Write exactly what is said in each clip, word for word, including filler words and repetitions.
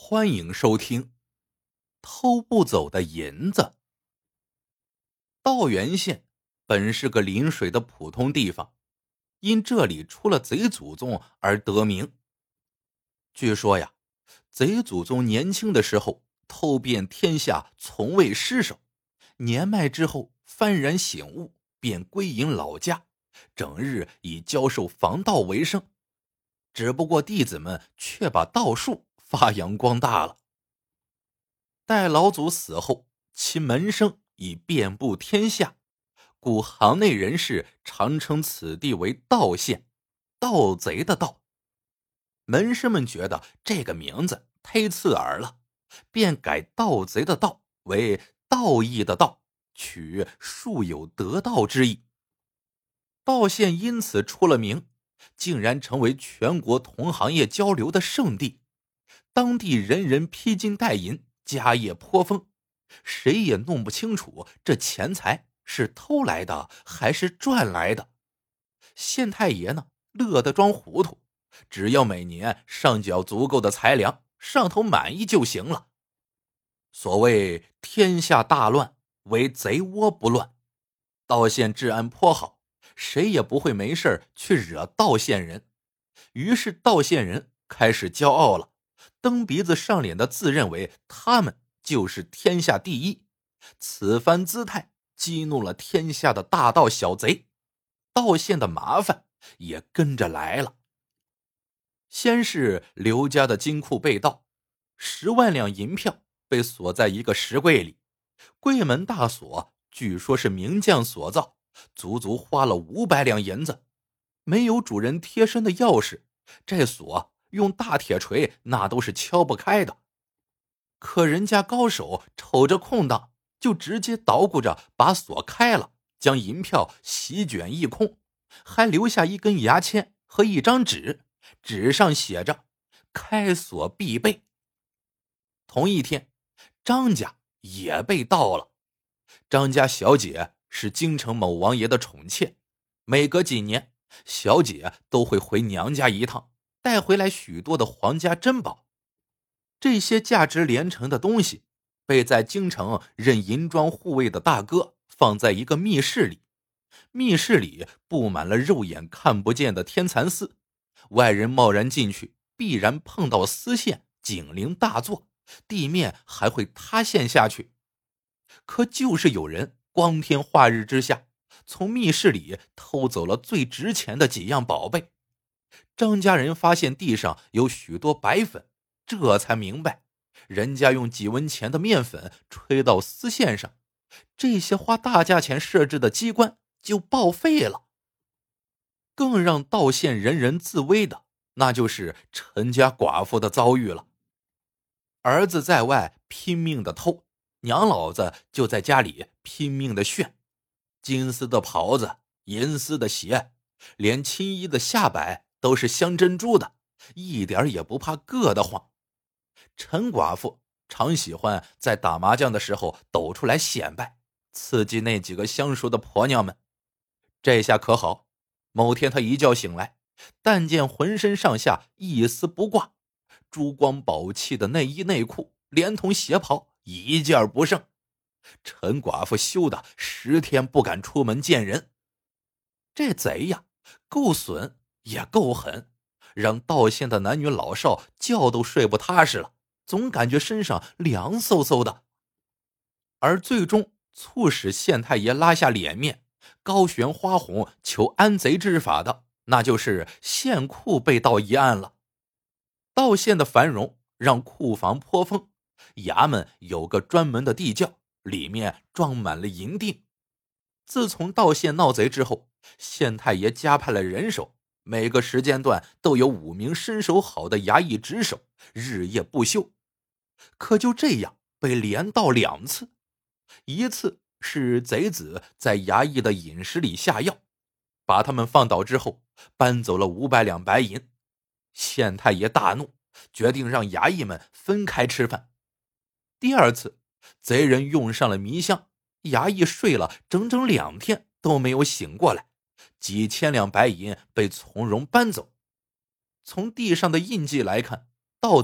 欢迎收听《偷不走的银子》。道源县本是个临水的普通地方，因这里出了贼祖宗而得名。据说呀，贼祖宗年轻的时候偷遍天下，从未失手。年迈之后幡然醒悟，便归隐老家，整日以教授防盗为生。只不过弟子们却把道术发扬光大了。待老祖死后，其门声已遍布天下，故行内人士常称此地为盗县，盗贼的盗。门生们觉得这个名字忒刺耳了，便改盗贼的盗为道义的道，取术有得道之意。道县因此出了名，竟然成为全国同行业交流的圣地。当地人人披金戴银，家业颇丰，谁也弄不清楚这钱财是偷来的还是赚来的。县太爷呢，乐得装糊涂，只要每年上缴足够的财粮，上头满意就行了。所谓天下大乱，唯贼窝不乱。道县治安颇好，谁也不会没事去惹道县人。于是道县人开始骄傲了，蹬鼻子上脸的自认为他们就是天下第一。此番姿态激怒了天下的大盗小贼，道县的麻烦也跟着来了。先是刘家的金库被盗，十万两银票被锁在一个石柜里，柜门大锁据说是名匠所造，足足花了五百两银子。没有主人贴身的钥匙，这锁用大铁锤那都是敲不开的。可人家高手瞅着空档，就直接捣鼓着把锁开了，将银票席卷一空，还留下一根牙签和一张纸，纸上写着开锁必备。同一天，张家也被盗了。张家小姐是京城某王爷的宠妾，每隔几年小姐都会回娘家一趟，带回来许多的皇家珍宝。这些价值连城的东西被在京城任银庄护卫的大哥放在一个密室里，密室里布满了肉眼看不见的天蚕丝，外人贸然进去必然碰到丝线，警铃大作，地面还会塌陷下去。可就是有人光天化日之下从密室里偷走了最值钱的几样宝贝。张家人发现地上有许多白粉，这才明白人家用几文钱的面粉吹到丝线上，这些花大价钱设置的机关就报废了。更让道县人人自危的，那就是陈家寡妇的遭遇了。儿子在外拼命的偷，娘老子就在家里拼命的炫，金丝的袍子，银丝的鞋，连青衣的下摆都是镶珍珠的，一点也不怕硌得慌。陈寡妇常喜欢在打麻将的时候抖出来显摆，刺激那几个相熟的婆娘们。这下可好，某天她一觉醒来，但见浑身上下一丝不挂，珠光宝气的内衣内裤连同鞋袍一件不剩。陈寡妇羞得十天不敢出门见人。这贼呀，够损也够狠，让道县的男女老少觉都睡不踏实了，总感觉身上凉飕飕的。而最终促使县太爷拉下脸面，高悬花红求安贼之法的，那就是县库被盗一案了。道县的繁荣让库房颇丰，衙门有个专门的地窖，里面装满了银锭。自从道县闹贼之后，县太爷加派了人手，每个时间段都有五名身手好的衙役值守，日夜不休。可就这样被连盗两次，一次是贼子在衙役的饮食里下药，把他们放倒之后搬走了五百两白银。县太爷大怒，决定让衙役们分开吃饭。第二次，贼人用上了迷香，衙役睡了整整两天都没有醒过来，几千两白银被从容搬走。从地上的印记来看，盗贼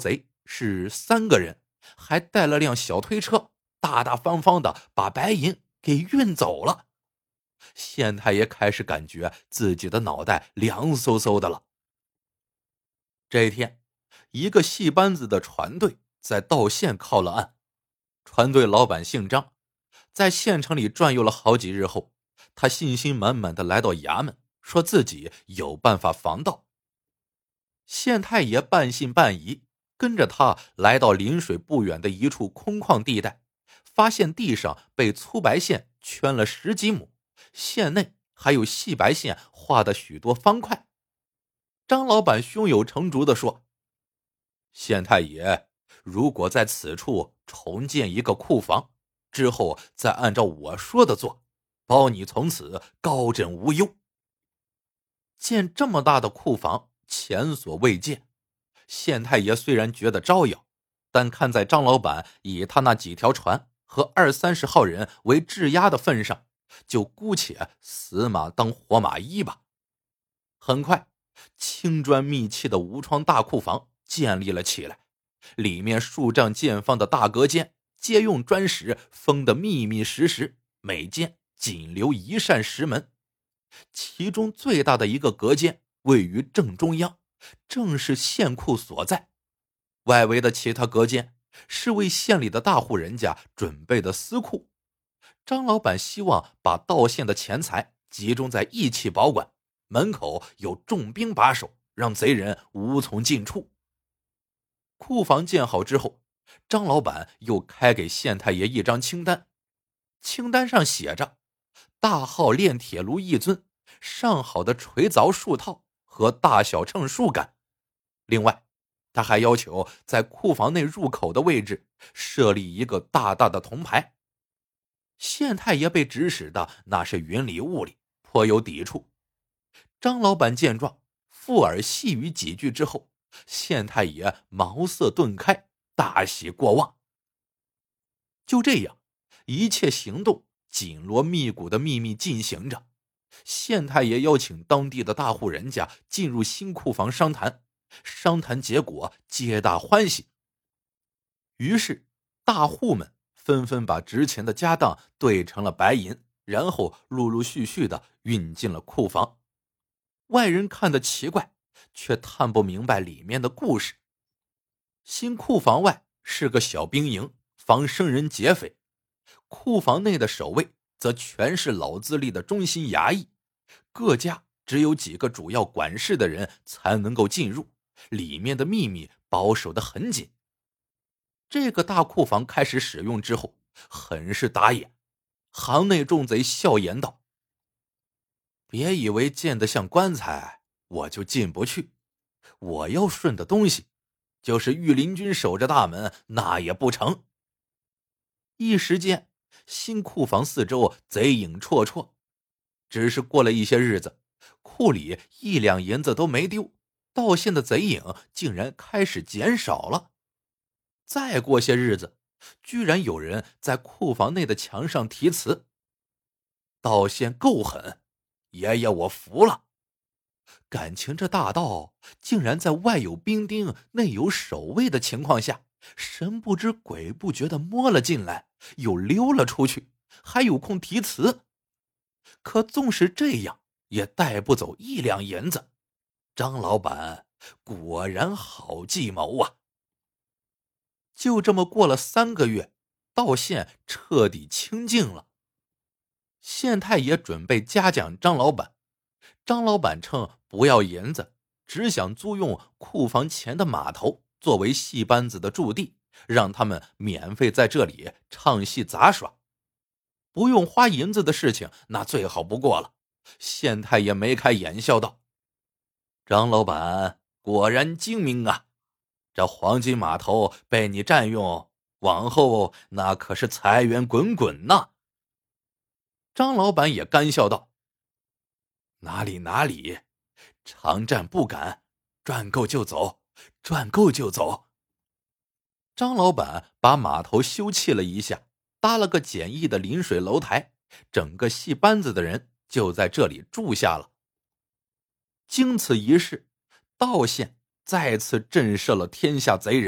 是三个人，还带了辆小推车，大大方方的把白银给运走了。县太爷开始感觉自己的脑袋凉飕飕的了。这一天，一个戏班子的船队在道县靠了岸。船队老板姓张，在县城里转悠了好几日后，他信心满满的来到衙门，说自己有办法防盗。县太爷半信半疑，跟着他来到临水不远的一处空旷地带，发现地上被粗白线圈了十几亩，线内还有细白线画的许多方块。张老板胸有成竹地说：县太爷，如果在此处重建一个库房，之后再按照我说的做，保你从此高枕无忧。建这么大的库房，前所未见。县太爷虽然觉得招摇，但看在张老板以他那几条船和二三十号人为质押的份上，就姑且死马当活马医吧。很快，青砖密砌的无窗大库房建立了起来，里面数丈见方的大隔间皆用砖石封得密密实实，每间仅留一扇石门。其中最大的一个隔间位于正中央，正是县库所在。外围的其他隔间是为县里的大户人家准备的私库。张老板希望把道县的钱财集中在一起保管，门口有重兵把守，让贼人无从进出。库房建好之后，张老板又开给县太爷一张清单，清单上写着大号炼铁炉一尊，上好的锤凿数套和大小秤数杆。另外，他还要求在库房内入口的位置设立一个大大的铜牌。县太爷被指使的那是云里雾里，颇有抵触。张老板见状，附耳细语几句之后，县太爷茅塞顿开，大喜过望。就这样，一切行动紧锣密鼓的秘密进行着。县太爷邀请当地的大户人家进入新库房商谈，商谈结果皆大欢喜。于是大户们纷纷把值钱的家当兑成了白银，然后陆陆续续的运进了库房。外人看得奇怪，却探不明白里面的故事。新库房外是个小兵营，防生人劫匪。库房内的守卫则全是老资历的中心衙役，各家只有几个主要管事的人才能够进入，里面的秘密保守得很紧。这个大库房开始使用之后，很是打眼。行内众贼笑言道：别以为建得像棺材我就进不去，我要顺的东西，就是御林军守着大门那也不成。一时间，新库房四周贼影绰绰。只是过了一些日子，库里一两银子都没丢，道县的贼影竟然开始减少了。再过些日子，居然有人在库房内的墙上题词：道县够狠，爷爷我服了。感情这大盗竟然在外有兵丁内有守卫的情况下，神不知鬼不觉地摸了进来，又溜了出去，还有空题词。可纵使这样，也带不走一两银子。张老板果然好计谋啊！就这么过了三个月，道县彻底清静了。县太爷准备嘉奖张老板，张老板称不要银子，只想租用库房前的码头作为戏班子的驻地，让他们免费在这里唱戏杂耍。不用花银子的事情那最好不过了。县太爷眉开眼笑道：张老板果然精明啊，这黄金码头被你占用，往后那可是财源滚滚呐。张老板也干笑道：哪里哪里，常占不敢，赚够就走，赚够就走。张老板把码头修葺了一下，搭了个简易的临水楼台，整个戏班子的人就在这里住下了。经此一事，道县再次震慑了天下贼人，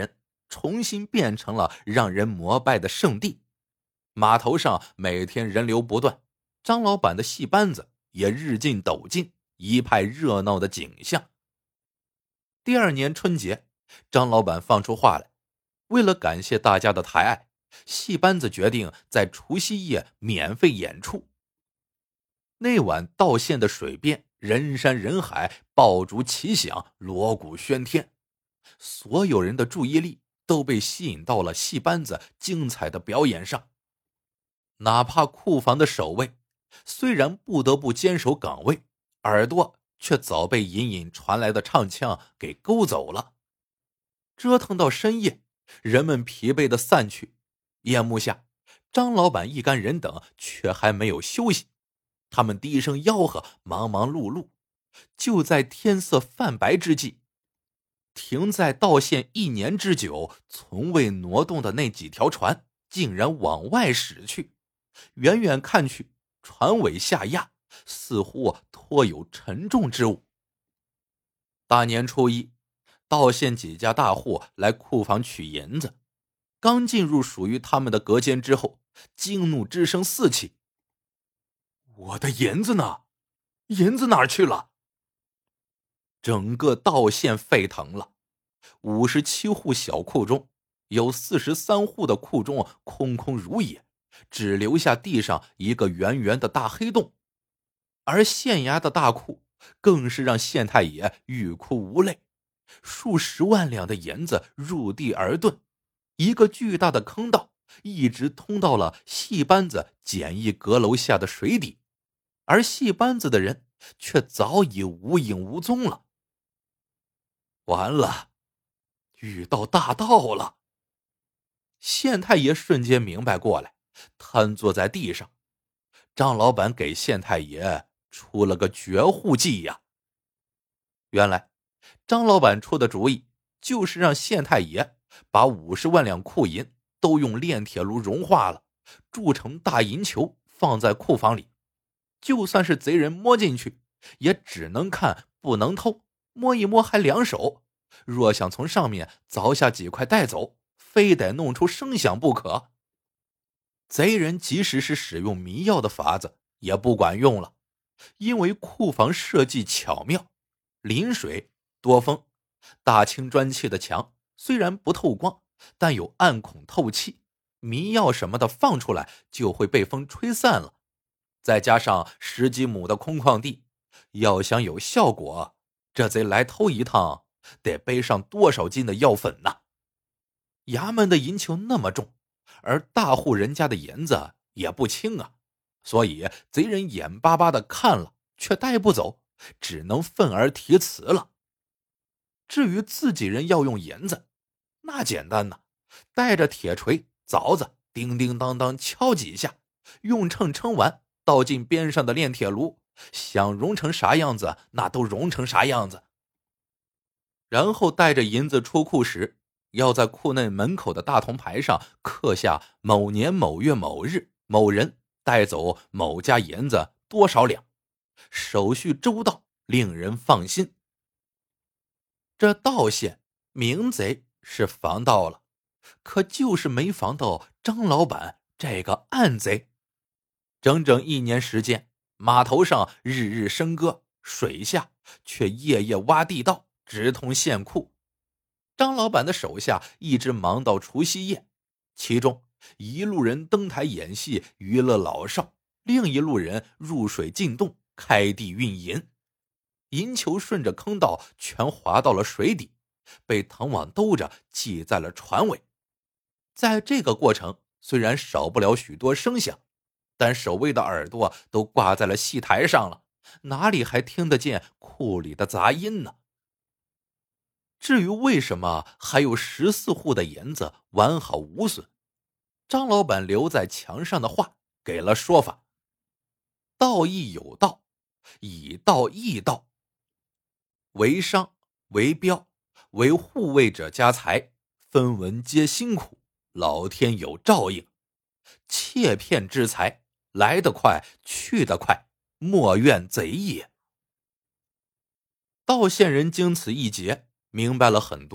重新变成了让人膜拜的圣地。码头上每天人流不断，张老板的戏班子也日进斗金，一派热闹的景象。第二年春节，张老板放出话来，为了感谢大家的抬爱，戏班子决定在除夕夜免费演出。那晚道县的水边人山人海，爆竹齐响，锣鼓喧天，所有人的注意力都被吸引到了戏班子精彩的表演上。哪怕库房的守卫虽然不得不坚守岗位，耳朵却早被隐隐传来的唱腔给勾走了。折腾到深夜，人们疲惫的散去，夜幕下，张老板一干人等却还没有休息。他们低声吆喝，忙忙碌碌。就在天色泛白之际，停在道县一年之久从未挪动的那几条船竟然往外驶去。远远看去，船尾下压，似乎托有沉重之物。大年初一，道县几家大户来库房取银子，刚进入属于他们的隔间之后，惊怒之声四起。我的银子呢？银子哪儿去了？整个道县沸腾了。五十七户小库中，有四十三户的库中空空如也，只留下地上一个圆圆的大黑洞。而县衙的大库更是让县太爷欲哭无泪，数十万两的银子入地而遁，一个巨大的坑道一直通到了戏班子简易阁楼下的水底，而戏班子的人却早已无影无踪了。完了，遇到大盗了！县太爷瞬间明白过来，瘫坐在地上。张老板给县太爷出了个绝户计呀！原来张老板出的主意就是让县太爷把五十万两库银都用炼铁炉融化了，铸成大银球放在库房里。就算是贼人摸进去，也只能看不能偷，摸一摸还凉手。若想从上面凿下几块带走，非得弄出声响不可。贼人即使是使用迷药的法子也不管用了，因为库房设计巧妙，临水多风，大青砖砌的墙虽然不透光，但有暗孔透气，迷药什么的放出来就会被风吹散了。再加上十几亩的空旷地，要想有效果，这贼来偷一趟得背上多少斤的药粉呢？衙门的银球那么重，而大户人家的银子也不轻啊，所以贼人眼巴巴的看了却带不走，只能愤而提词了。至于自己人要用银子，那简单呢，带着铁锤凿子叮叮当当敲几下，用秤称完，倒进边上的炼铁炉，想融成啥样子那都融成啥样子。然后带着银子出库时，要在库内门口的大铜牌上刻下某年某月某日某人带走某家银子多少两，手续周到，令人放心。这道县明贼是防到了，可就是没防到张老板这个暗贼。整整一年时间，码头上日日笙歌，水下却夜夜挖地道，直通县库。张老板的手下一直忙到除夕夜，其中一路人登台演戏娱乐老少，另一路人入水进洞开地运银。银球顺着坑道全滑到了水底，被藤网兜着系在了船尾。在这个过程虽然少不了许多声响，但守卫的耳朵都挂在了戏台上了，哪里还听得见库里的杂音呢？至于为什么还有十四户的银子完好无损，张老板留在墙上的话给了说法。道义有道，以道易道，为商为标为护卫者家财，分文皆辛苦，老天有照应。窃骗之财，来得快去得快，莫怨贼也。道县人经此一劫明白了很多，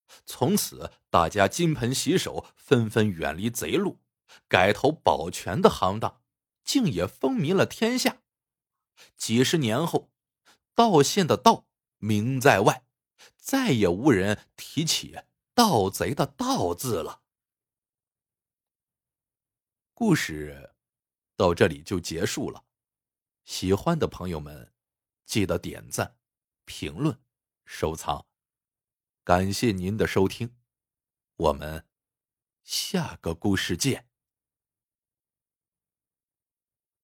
从此大家金盆洗手，纷纷远离贼路，改投保全的行当，竟也风靡了天下。几十年后，盗县的盗名在外，再也无人提起盗贼的盗字了。故事到这里就结束了，喜欢的朋友们记得点赞、评论、收藏，感谢您的收听，我们下个故事见。